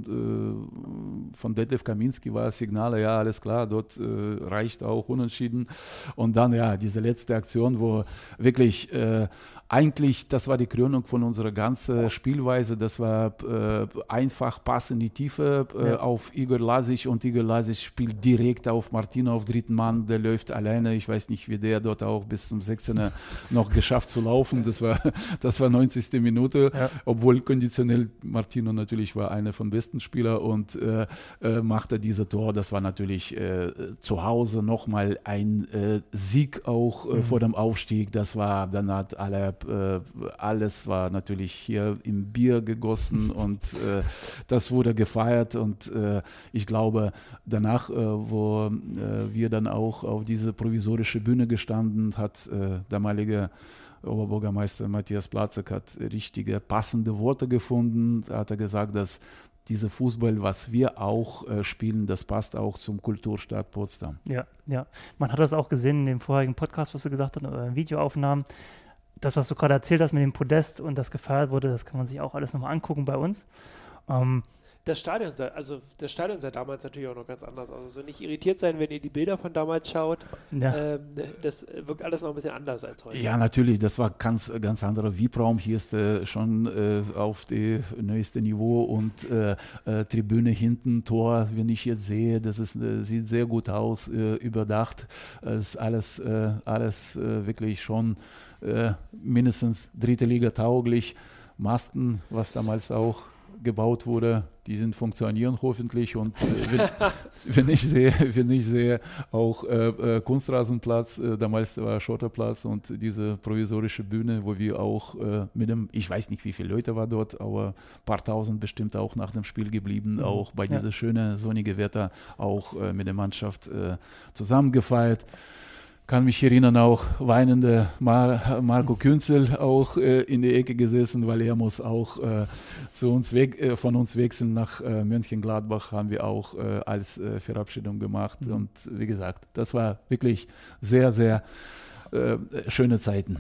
äh, von Detlef Kaminski war Signale, ja alles klar, dort äh, reicht auch unentschieden und dann ja diese letzte Aktion, wo wirklich äh, eigentlich, das war die Krönung von unserer ganzen Spielweise. Das war äh, einfach Pass in die Tiefe äh, Ja. auf Igor Lasic und Igor Lasic spielt direkt auf Martino, auf dritten Mann. Der läuft alleine. Ich weiß nicht, wie der dort auch bis zum sechzehner noch geschafft zu laufen. Das war, das war neunzigste Minute, Ja. obwohl konditionell Martino natürlich war einer von besten Spieler und äh, äh, machte diese Tor. Das war natürlich äh, zu Hause nochmal ein äh, Sieg auch äh, Mhm. vor dem Aufstieg. Das war, dann hat alle äh, alles war natürlich hier im Bier gegossen und äh, das wurde gefeiert und äh, ich glaube danach, äh, wo äh, wir dann auch auf diese provisorische Bühne gestanden, hat äh, damalige Oberbürgermeister Matthias Platzek hat richtige passende Worte gefunden. Da hat er gesagt, dass dieser Fußball, was wir auch äh, spielen, das passt auch zum Kulturstadt Potsdam. Ja, ja. Man hat das auch gesehen in dem vorherigen Podcast, was du gesagt hast, oder in Videoaufnahmen. Das, was du gerade erzählt hast mit dem Podest und das gefeiert wurde, das kann man sich auch alles nochmal angucken bei uns. Ähm, Das Stadion, sah, also das Stadion sah damals natürlich auch noch ganz anders aus. Also nicht irritiert sein, wenn ihr die Bilder von damals schaut. ja. Ähm, das wirkt alles noch ein bisschen anders als heute. Ja, natürlich, das war ganz, ganz anderer V I P-Raum. Hier ist äh, schon äh, auf dem neuesten Niveau und äh, äh, Tribüne hinten, Tor, wenn ich jetzt sehe, das ist, äh, sieht sehr gut aus, äh, überdacht. Es ist alles, äh, alles äh, wirklich schon äh, mindestens dritte Liga tauglich. Masten, was damals auch gebaut wurde, die sind funktionieren hoffentlich und äh, wenn, wenn ich sehe, wenn ich sehe auch äh, äh, Kunstrasenplatz, äh, damals war Schotterplatz und diese provisorische Bühne, wo wir auch äh, mit dem, ich weiß nicht wie viele Leute war dort, aber ein paar tausend bestimmt auch nach dem Spiel geblieben, Mhm. auch bei Ja. dieser schönen sonnige Wetter auch äh, mit der Mannschaft äh, zusammengefeiert. Kann mich erinnern, auch weinende Mar- Marco Künzel auch äh, in der Ecke gesessen, weil er muss auch äh, zu uns weg, äh, von uns wechseln nach äh, Mönchengladbach, haben wir auch äh, als äh, Verabschiedung gemacht. Mhm. Und wie gesagt, das war wirklich sehr, sehr äh, schöne Zeiten.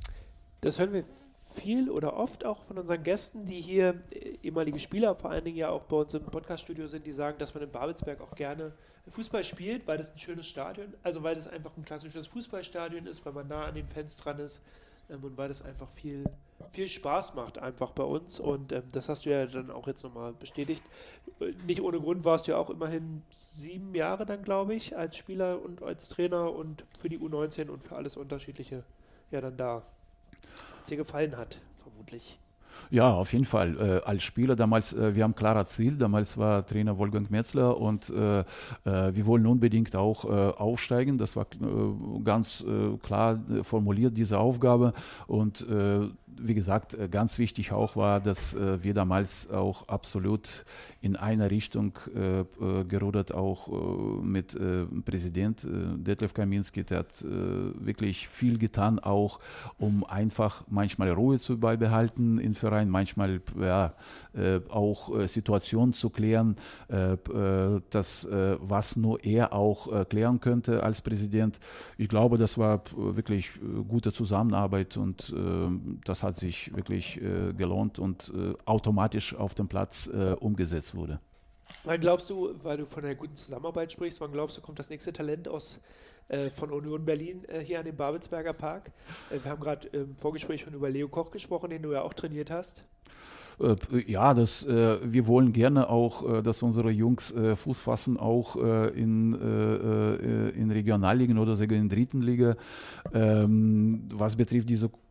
Das hören wir viel oder oft auch von unseren Gästen, die hier äh, ehemalige Spieler vor allen Dingen ja auch bei uns im Podcaststudio sind, die sagen, dass man in Babelsberg auch gerne Fußball spielt, weil das ein schönes Stadion, also weil das einfach ein klassisches Fußballstadion ist, weil man nah an den Fans dran ist ähm, und weil das einfach viel, viel Spaß macht einfach bei uns und ähm, das hast du ja dann auch jetzt nochmal bestätigt. Äh, Nicht ohne Grund warst du ja auch immerhin sieben Jahre dann, glaube ich, als Spieler und als Trainer und für die U neunzehn und für alles Unterschiedliche ja dann da. Was dir gefallen hat, vermutlich. Ja, auf jeden Fall. Äh, als Spieler damals, äh, wir haben ein klares Ziel. Damals war Trainer Wolfgang Metzler und äh, äh, wir wollen unbedingt auch äh, aufsteigen. Das war äh, ganz äh, klar äh, formuliert, diese Aufgabe. Und äh, wie gesagt, äh, ganz wichtig auch war, dass äh, wir damals auch absolut in einer Richtung äh, äh, gerudert, auch äh, mit äh, Präsident äh, Detlef Kaminski. Der hat äh, wirklich viel getan, auch um einfach manchmal Ruhe zu beibehalten in Verein, manchmal ja, äh, auch äh, Situationen zu klären, äh, äh, das, äh, was nur er auch äh, klären könnte als Präsident. Ich glaube, das war äh, wirklich äh, gute Zusammenarbeit und äh, das hat sich wirklich äh, gelohnt und äh, automatisch auf dem Platz äh, umgesetzt wurde. Wann glaubst du, weil du von einer guten Zusammenarbeit sprichst, wann glaubst du, kommt das nächste Talent aus äh, von Union Berlin äh, hier an den Babelsberger Park? Äh, wir haben gerade im Vorgespräch schon über Leo Koch gesprochen, den du ja auch trainiert hast. Äh, Ja, das, äh, wir wollen gerne auch, äh, dass unsere Jungs äh, Fuß fassen, auch äh, in, äh, äh, in Regionalligen oder sogar in dritten Liga. Ähm, was betrifft diese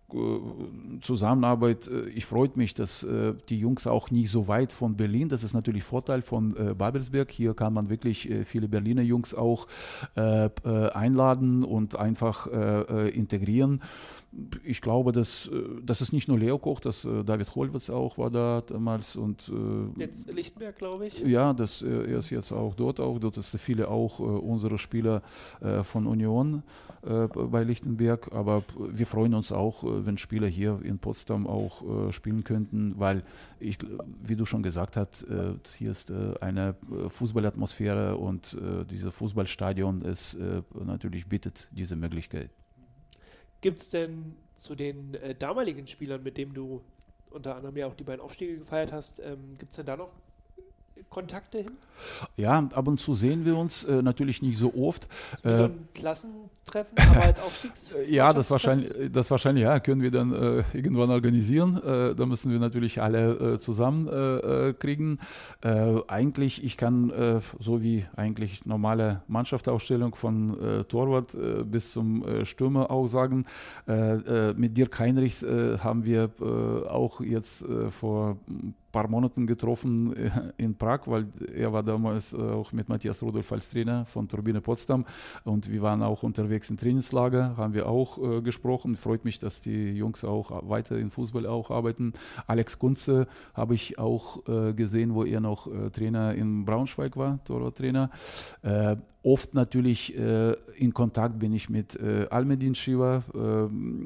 äh, Zusammenarbeit. Ich freue mich, dass äh, die Jungs auch nicht so weit von Berlin, das ist natürlich Vorteil von äh, Babelsberg. Hier kann man wirklich äh, viele Berliner Jungs auch äh, äh, einladen und einfach äh, integrieren. Ich glaube, dass das ist nicht nur Leo Koch, dass äh, David Holwitz auch war da damals und äh, jetzt Lichtenberg, glaube ich. Ja, das, äh, er ist jetzt auch dort auch. Dort sind viele auch äh, unsere Spieler äh, von Union äh, bei Lichtenberg. Aber wir freuen uns auch, äh, wenn Spieler hier in Potsdam auch äh, spielen könnten, weil ich, wie du schon gesagt hast, äh, hier ist äh, eine Fußballatmosphäre und äh, dieses Fußballstadion ist äh, natürlich bietet diese Möglichkeit. Gibt es denn zu den äh, damaligen Spielern, mit denen du unter anderem ja auch die beiden Aufstiege gefeiert hast, ähm, gibt es denn da noch Kontakte hin? Ja, ab und zu sehen wir uns, äh, natürlich nicht so oft. Wie so ein Klassentreffen, aber als Aufstiegs? Ja, das wahrscheinlich, das wahrscheinlich, ja, können wir dann äh, irgendwann organisieren. Äh, da müssen wir natürlich alle äh, zusammen äh, kriegen. Äh, eigentlich, ich kann äh, so wie eigentlich normale Mannschaftsaufstellung von äh, Torwart äh, bis zum äh, Stürmer auch sagen, äh, äh, mit Dirk Heinrichs äh, haben wir äh, auch jetzt äh, vor paar Monaten getroffen in Prag, weil er war damals auch mit Matthias Rudolph als Trainer von Turbine Potsdam und wir waren auch unterwegs im Trainingslager, haben wir auch äh, gesprochen. Freut mich, dass die Jungs auch weiter im Fußball auch arbeiten. Alex Kunze habe ich auch äh, gesehen, wo er noch äh, Trainer in Braunschweig war, Torwarttrainer. Äh, Oft natürlich äh, in Kontakt bin ich mit äh, Almedin Shiva, äh,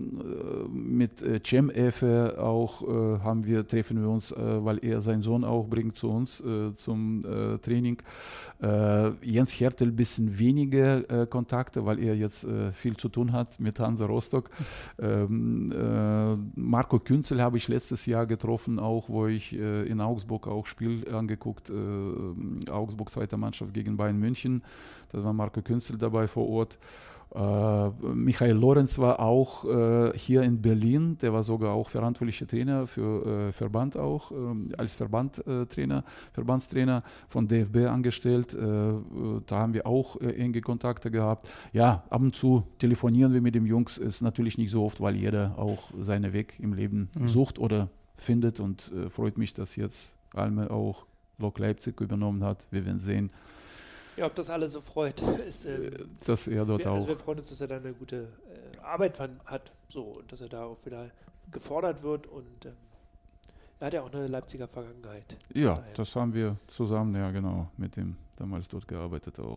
mit äh, Cem Efe auch äh, haben wir, treffen wir uns, äh, weil er seinen Sohn auch bringt zu uns äh, zum äh, Training. Äh, Jens Hertel ein bisschen weniger äh, Kontakte, weil er jetzt äh, viel zu tun hat mit Hansa Rostock. Ähm, äh, Marco Künzel habe ich letztes Jahr getroffen, auch wo ich äh, in Augsburg auch Spiel angeguckt, äh, Augsburg zweite Mannschaft gegen Bayern München. Da war Marco Künzel dabei vor Ort. Äh, Michael Lorenz war auch äh, hier in Berlin, der war sogar auch verantwortlicher Trainer für äh, Verband auch, äh, als Verbandtrainer, äh, Verbandstrainer von D F B angestellt. Äh, da haben wir auch äh, enge Kontakte gehabt. Ja, ab und zu telefonieren wir mit den Jungs, ist natürlich nicht so oft, weil jeder auch seinen Weg im Leben mhm. sucht oder findet und äh, freut mich, dass jetzt Alme auch Lok Leipzig übernommen hat. Wir werden sehen. Ja, ob das alle so freut, ist, ähm, dass er dort wir, auch. Also wir freuen uns, dass er da eine gute äh, Arbeit hat, so und dass er da auch wieder gefordert wird und ähm, er hat ja auch eine Leipziger Vergangenheit. Ja, das haben wir zusammen, ja genau, mit dem damals dort gearbeitet auch.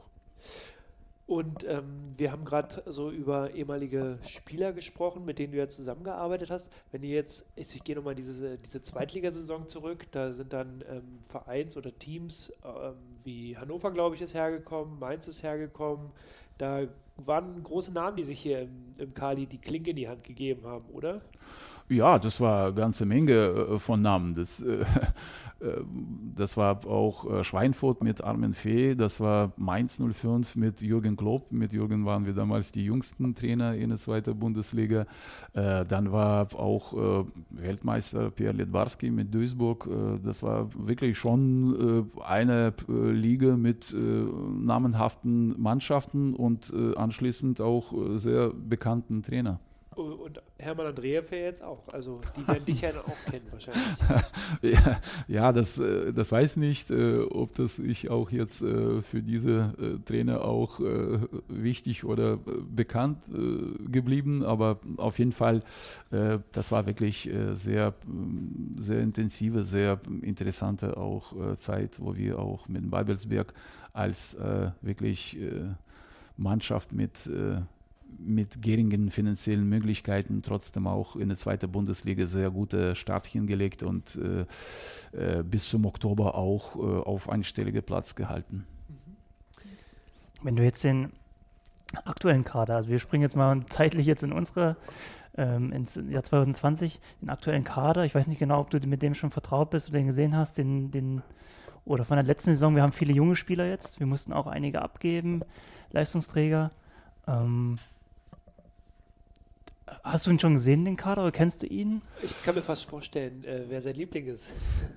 Und ähm, wir haben gerade so über ehemalige Spieler gesprochen, mit denen du ja zusammengearbeitet hast. Wenn ihr jetzt, ich, ich gehe nochmal diese, diese Zweitligasaison zurück, da sind dann ähm, Vereins- oder Teams ähm, wie Hannover, glaube ich, ist hergekommen, Mainz ist hergekommen. Da waren große Namen, die sich hier im, im Kali die Klinke in die Hand gegeben haben, oder? Ja, das war eine ganze Menge äh, von Namen. Das, äh, äh, das war auch äh, Schweinfurt mit Armin Fee, das war Mainz null fünf mit Jürgen Klopp. Mit Jürgen waren wir damals die jüngsten Trainer in der zweiten Bundesliga. Äh, dann war auch äh, Weltmeister Pierre Littbarski mit Duisburg. Äh, das war wirklich schon äh, eine äh, Liga mit äh, namenhaften Mannschaften und äh, anschließend auch äh, sehr bekannten Trainer. Und Hermann Andreev ja jetzt auch. Also die werden dich ja dann auch kennen wahrscheinlich. ja, ja, das, das weiß nicht, ob das ich auch jetzt für diese Trainer auch wichtig oder bekannt geblieben, aber auf jeden Fall, das war wirklich sehr, sehr intensive, sehr interessante auch Zeit, wo wir auch mit Babelsberg als wirklich Mannschaft mit mit geringen finanziellen Möglichkeiten trotzdem auch in der zweiten Bundesliga sehr gute Start hingelegt und äh, äh, bis zum Oktober auch äh, auf einstellige Platz gehalten. Wenn du jetzt den aktuellen Kader, also wir springen jetzt mal zeitlich jetzt in unsere, ähm, ins Jahr zwanzig zwanzig, den aktuellen Kader, ich weiß nicht genau, ob du mit dem schon vertraut bist oder den gesehen hast, den, den oder von der letzten Saison, wir haben viele junge Spieler jetzt, wir mussten auch einige abgeben, Leistungsträger. Ähm, Hast du ihn schon gesehen, den Kader, oder kennst du ihn? Ich kann mir fast vorstellen, äh, wer sein Liebling ist.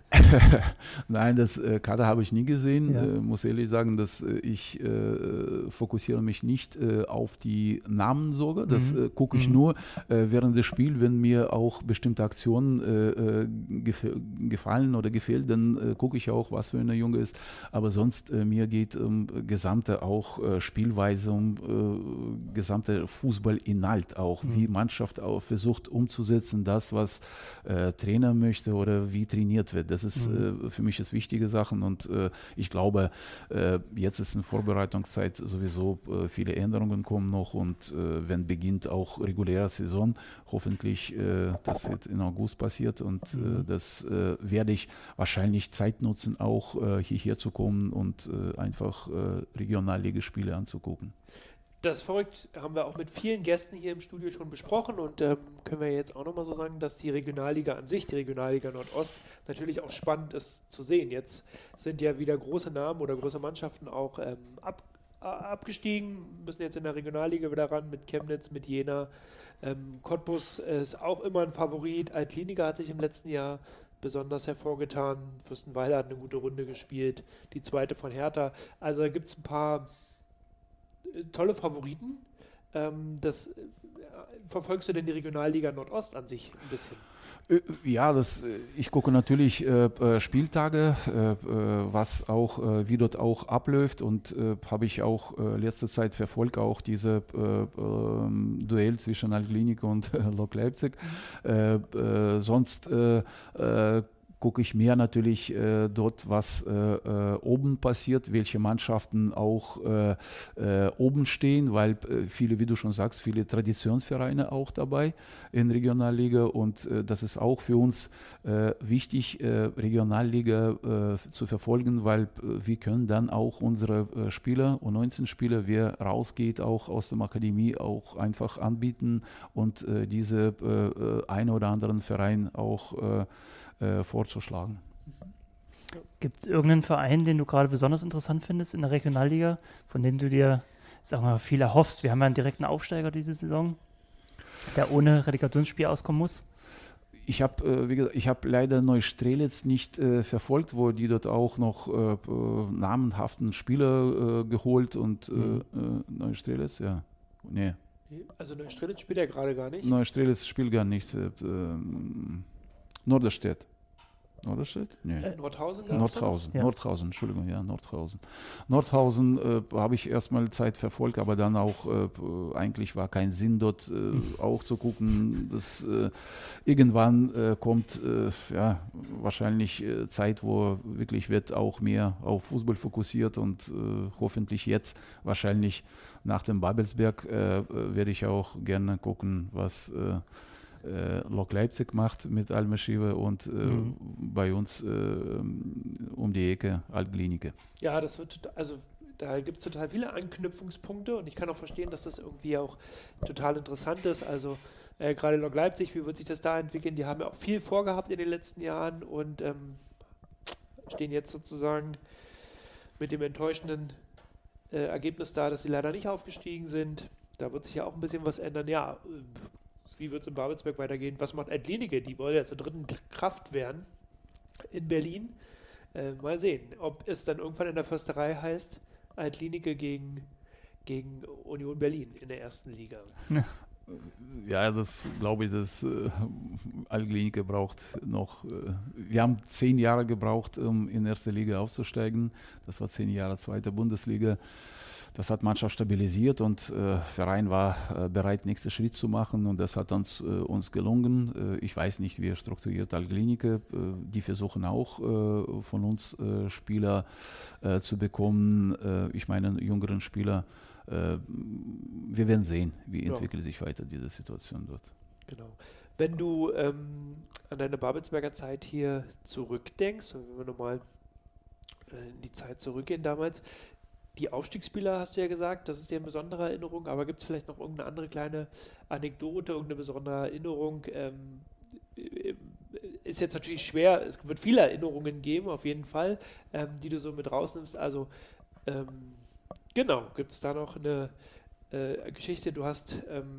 Nein, das äh, Kader habe ich nie gesehen. Ja. Äh, muss ehrlich sagen, dass äh, ich äh, fokussiere mich nicht äh, auf die Namen sogar. Das Mhm. äh, gucke ich Mhm. nur äh, während des Spiels, wenn mir auch bestimmte Aktionen äh, gef- gefallen oder gefällt, dann äh, gucke ich auch, was für eine Junge ist. Aber sonst, äh, mir geht um gesamte auch äh, Spielweise, um äh, gesamte Fußballinhalt auch, Mhm. wie Mannschaft auch versucht umzusetzen, das, was äh, Trainer möchte oder wie trainiert wird. Das ist Mhm. äh, für mich das wichtige Sachen und äh, ich glaube, äh, jetzt ist in Vorbereitungszeit sowieso äh, viele Änderungen kommen noch und äh, wenn beginnt auch reguläre Saison, hoffentlich äh, das wird in August passiert und Mhm. äh, das äh, werde ich wahrscheinlich Zeit nutzen, auch äh, hierher zu kommen und äh, einfach äh, Regionalligaspiele anzugucken. Das ist verrückt, haben wir auch mit vielen Gästen hier im Studio schon besprochen und ähm, können wir jetzt auch nochmal so sagen, dass die Regionalliga an sich, die Regionalliga Nordost, natürlich auch spannend ist zu sehen. Jetzt sind ja wieder große Namen oder große Mannschaften auch ähm, ab, äh, abgestiegen, müssen jetzt in der Regionalliga wieder ran mit Chemnitz, mit Jena. Ähm, Cottbus ist auch immer ein Favorit. Altkliniker hat sich im letzten Jahr besonders hervorgetan. Fürstenwalde hat eine gute Runde gespielt, die zweite von Hertha. Also da gibt es ein paar tolle Favoriten. Ähm, das äh, verfolgst du denn die Regionalliga Nordost an sich ein bisschen? Äh, Ja, das, äh, ich gucke natürlich äh, äh, Spieltage, äh, äh, was auch, äh, wie dort auch abläuft und äh, habe ich auch äh, letzte Zeit verfolgt, auch diese äh, ähm, Duell zwischen Altkliniker und äh, Lok Leipzig. Äh, äh, sonst äh, äh, gucke ich mehr natürlich äh, dort, was äh, äh, oben passiert, welche Mannschaften auch äh, äh, oben stehen, weil äh, viele, wie du schon sagst, viele Traditionsvereine auch dabei in Regionalliga und äh, das ist auch für uns äh, wichtig, äh, Regionalliga äh, zu verfolgen, weil äh, wir können dann auch unsere äh, Spieler, U neunzehn Spieler, wer rausgeht, auch aus der Akademie auch einfach anbieten und äh, diese äh, äh, eine oder anderen Verein auch äh, äh, vorzuschlagen. Gibt es irgendeinen Verein, den du gerade besonders interessant findest in der Regionalliga, von dem du dir, sagen wir mal, viel erhoffst? Wir haben ja einen direkten Aufsteiger diese Saison, der ohne Relegationsspiel auskommen muss. Ich habe, äh, wie gesagt, ich habe leider Neustrelitz nicht äh, verfolgt, wo die dort auch noch äh, äh, namenhaften Spieler äh, geholt und äh, Mhm. äh, Neustrelitz, ja, nee, Also Neustrelitz spielt er gerade gar nicht. Neustrelitz spielt gar nichts. Äh, ähm, Norderstedt. Norderstedt? Nee. Äh, Nordhausen gab's Nordhausen, Ja. Nordhausen, Entschuldigung, ja, Nordhausen. Nordhausen äh, habe ich erstmal Zeit verfolgt, aber dann auch, äh, eigentlich war kein Sinn dort äh, auch zu gucken. Das, äh, irgendwann äh, kommt äh, ja, wahrscheinlich äh, Zeit, wo wirklich wird auch mehr auf Fußball fokussiert und äh, hoffentlich jetzt, wahrscheinlich nach dem Babelsberg, äh, werde ich auch gerne gucken, was äh, äh, Lok Leipzig macht mit Almeschive und äh, Mhm. bei uns äh, um die Ecke Altkliniker. Ja, das wird, tot- also da gibt es total viele Anknüpfungspunkte und ich kann auch verstehen, dass das irgendwie auch total interessant ist. Also äh, gerade Lok Leipzig, wie wird sich das da entwickeln? Die haben ja auch viel vorgehabt in den letzten Jahren und ähm, stehen jetzt sozusagen mit dem enttäuschenden äh, Ergebnis da, dass sie leider nicht aufgestiegen sind. Da wird sich ja auch ein bisschen was ändern. Ja, äh, wie wird es in Babelsberg weitergehen? Was macht Altlinike? Die wollen ja zur dritten Kraft werden in Berlin. Äh, mal sehen, ob es dann irgendwann in der Försterei heißt, Altlinike gegen, gegen Union Berlin in der ersten Liga. Ja, das glaube ich, dass äh, Altkliniker braucht noch, äh, wir haben zehn Jahre gebraucht, um in erste Liga aufzusteigen. Das war zehn Jahre zweite Bundesliga. Das hat Mannschaft stabilisiert und äh, Verein war äh, bereit, nächsten Schritt zu machen und das hat uns, äh, uns gelungen. Äh, ich weiß nicht, wie strukturiert Altkliniker, äh, die versuchen auch äh, von uns äh, Spieler äh, zu bekommen. Äh, ich meine, jüngeren Spieler. Äh, wir werden sehen, wie Ja. entwickelt sich weiter diese Situation dort. Genau. Wenn du ähm, an deine Babelsberger Zeit hier zurückdenkst, wenn wir nochmal äh, in die Zeit zurückgehen damals, die Aufstiegsspieler hast du ja gesagt, das ist dir eine besondere Erinnerung, aber gibt es vielleicht noch irgendeine andere kleine Anekdote, irgendeine besondere Erinnerung? Ähm, äh, ist jetzt natürlich schwer, es wird viele Erinnerungen geben, auf jeden Fall, ähm, die du so mit rausnimmst. Also, ähm, genau, gibt es da noch eine äh, Geschichte? Du hast ähm,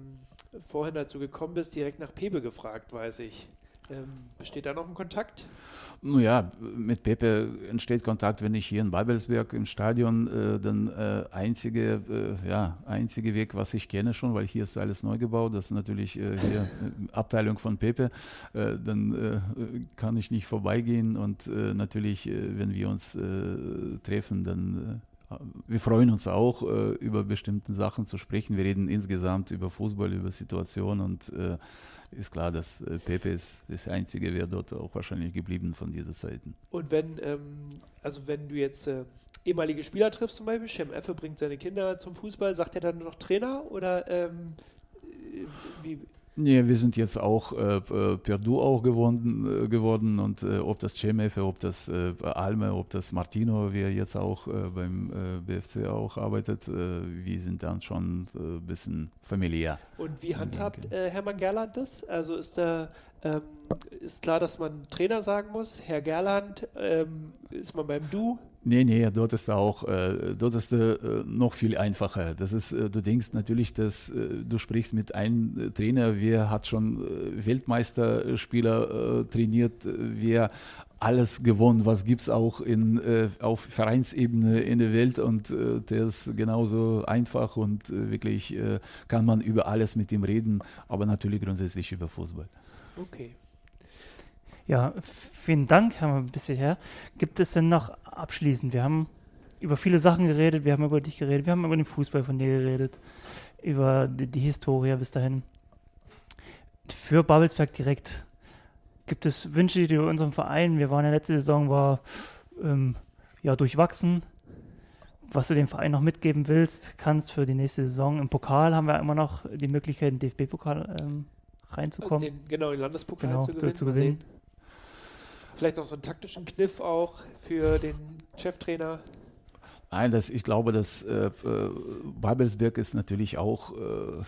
vorhin, als du gekommen bist, direkt nach Pepe gefragt, weiß ich. Ähm, besteht da noch ein Kontakt? Naja, mit Pepe entsteht Kontakt, wenn ich hier in Babelsberg im Stadion äh, dann äh, einzige, äh, ja, einzige Weg, was ich kenne schon, weil hier ist alles neu gebaut, das ist natürlich äh, hier äh, Abteilung von Pepe, äh, dann äh, kann ich nicht vorbeigehen und äh, natürlich, äh, wenn wir uns äh, treffen, dann äh, wir freuen uns auch, äh, über bestimmte Sachen zu sprechen. Wir reden insgesamt über Fußball, über Situationen und äh, ist klar, dass äh, Pepe ist das Einzige, wer dort auch wahrscheinlich geblieben von dieser Zeiten. Und wenn, ähm, also wenn du jetzt äh, ehemalige Spieler triffst zum Beispiel, Cem Effe bringt seine Kinder zum Fußball, sagt er dann nur noch Trainer oder ähm, wie? Nee, wir sind jetzt auch äh, per Du auch geworden, äh, geworden und äh, ob das Cem Effe, ob das äh, Alme, ob das Martino, wie er jetzt auch äh, beim äh, B F C auch arbeitet, äh, wir sind dann schon ein äh, bisschen familiär. Und wie handhabt äh, Hermann Gerland das? Also ist da ähm, ist klar, dass man Trainer sagen muss, Herr Gerland, ähm, ist man beim Du? Nee, nee, dort ist auch, äh, dort ist äh, noch viel einfacher. Das ist, äh, du denkst natürlich, dass äh, du sprichst mit einem äh, Trainer, wer hat schon äh, Weltmeisterspieler äh, trainiert, wer alles gewonnen, was gibt es auch in, äh, auf Vereinsebene in der Welt und äh, der ist genauso einfach und äh, wirklich äh, kann man über alles mit ihm reden, aber natürlich grundsätzlich über Fußball. Okay. Ja, vielen Dank, haben wir bis hierher. Gibt es denn noch abschließend, wir haben über viele Sachen geredet, wir haben über dich geredet, wir haben über den Fußball von dir geredet, über die, die Historie bis dahin. Für Babelsberg direkt, gibt es Wünsche, die du unserem Verein, wir waren ja letzte Saison, war ähm, ja durchwachsen, was du dem Verein noch mitgeben willst, kannst für die nächste Saison. Im Pokal haben wir immer noch die Möglichkeit, in den D F B-Pokal ähm, reinzukommen. Also den, genau, den Landespokal genau, zu gewinnen. zu gewinnen. Vielleicht noch so einen taktischen Kniff auch für den Cheftrainer. Nein, das, ich glaube, dass äh, Babelsberg ist natürlich auch äh,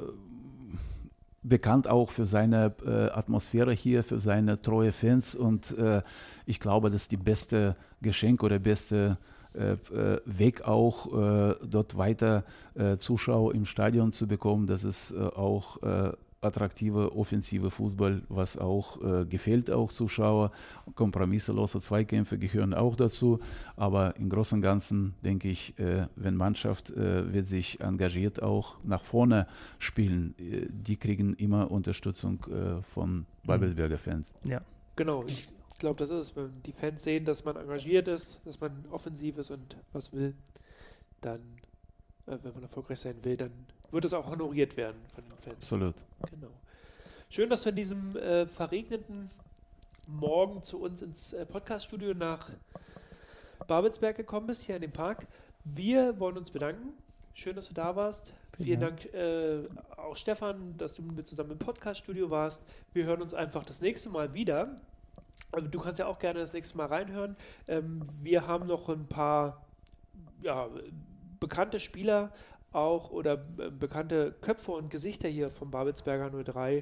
bekannt auch für seine äh, Atmosphäre hier, für seine treue Fans und äh, ich glaube, das ist die beste Geschenk oder beste äh, Weg auch, äh, dort weiter äh, Zuschauer im Stadion zu bekommen. Das ist äh, auch äh, attraktive, offensive Fußball, was auch äh, gefällt auch Zuschauer. Kompromisslose Zweikämpfe gehören auch dazu, aber im Großen und Ganzen denke ich, äh, wenn Mannschaft äh, wird sich engagiert auch nach vorne spielen, äh, die kriegen immer Unterstützung äh, von Babelsberger Fans. Ja. Genau, ich glaube, das ist es, wenn die Fans sehen, dass man engagiert ist, dass man offensiv ist und was will, dann, äh, wenn man erfolgreich sein will, dann wird es auch honoriert werden von den Fans. Absolut. Genau. Schön, dass du in diesem äh, verregneten Morgen zu uns ins äh, Podcaststudio nach Babelsberg gekommen bist, hier in dem Park. Wir wollen uns bedanken. Schön, dass du da warst. Vielen Vielen Dank äh, auch Stefan, dass du mit mir zusammen im Podcaststudio warst. Wir hören uns einfach das nächste Mal wieder. Also du kannst ja auch gerne das nächste Mal reinhören. Ähm, wir haben noch ein paar ja, bekannte Spieler auch oder äh, bekannte Köpfe und Gesichter hier vom Babelsberger null drei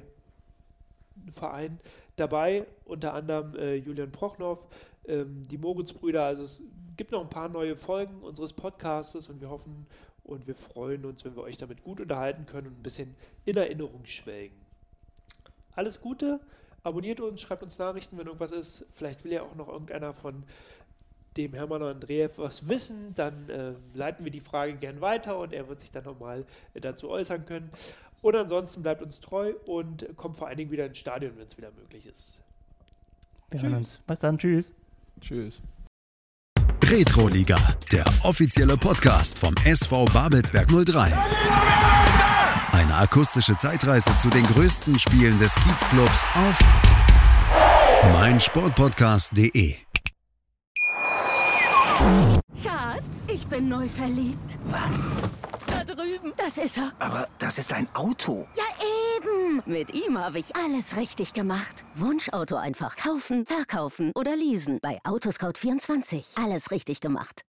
Verein dabei, unter anderem äh, Julian Prochnow, ähm, die Moritz-Brüder. Also es gibt noch ein paar neue Folgen unseres Podcastes und wir hoffen und wir freuen uns, wenn wir euch damit gut unterhalten können und ein bisschen in Erinnerung schwelgen. Alles Gute, abonniert uns, schreibt uns Nachrichten, wenn irgendwas ist. Vielleicht will ja auch noch irgendeiner von dem Hermann Andreev was wissen, dann äh, leiten wir die Frage gern weiter und er wird sich dann nochmal äh, dazu äußern können. Und ansonsten bleibt uns treu und kommt vor allen Dingen wieder ins Stadion, wenn es wieder möglich ist. Wir hören uns. Bis dann, tschüss. Tschüss. Retroliga, der offizielle Podcast vom S V Babelsberg null drei. Eine akustische Zeitreise zu den größten Spielen des Kiezclubs auf meinsportpodcast punkt de. Schatz, ich bin neu verliebt. Was? Da drüben. Das ist er. Aber das ist ein Auto. Ja, eben. Mit ihm habe ich alles richtig gemacht. Wunschauto einfach kaufen, verkaufen oder leasen. Bei Autoscout vierundzwanzig. Alles richtig gemacht.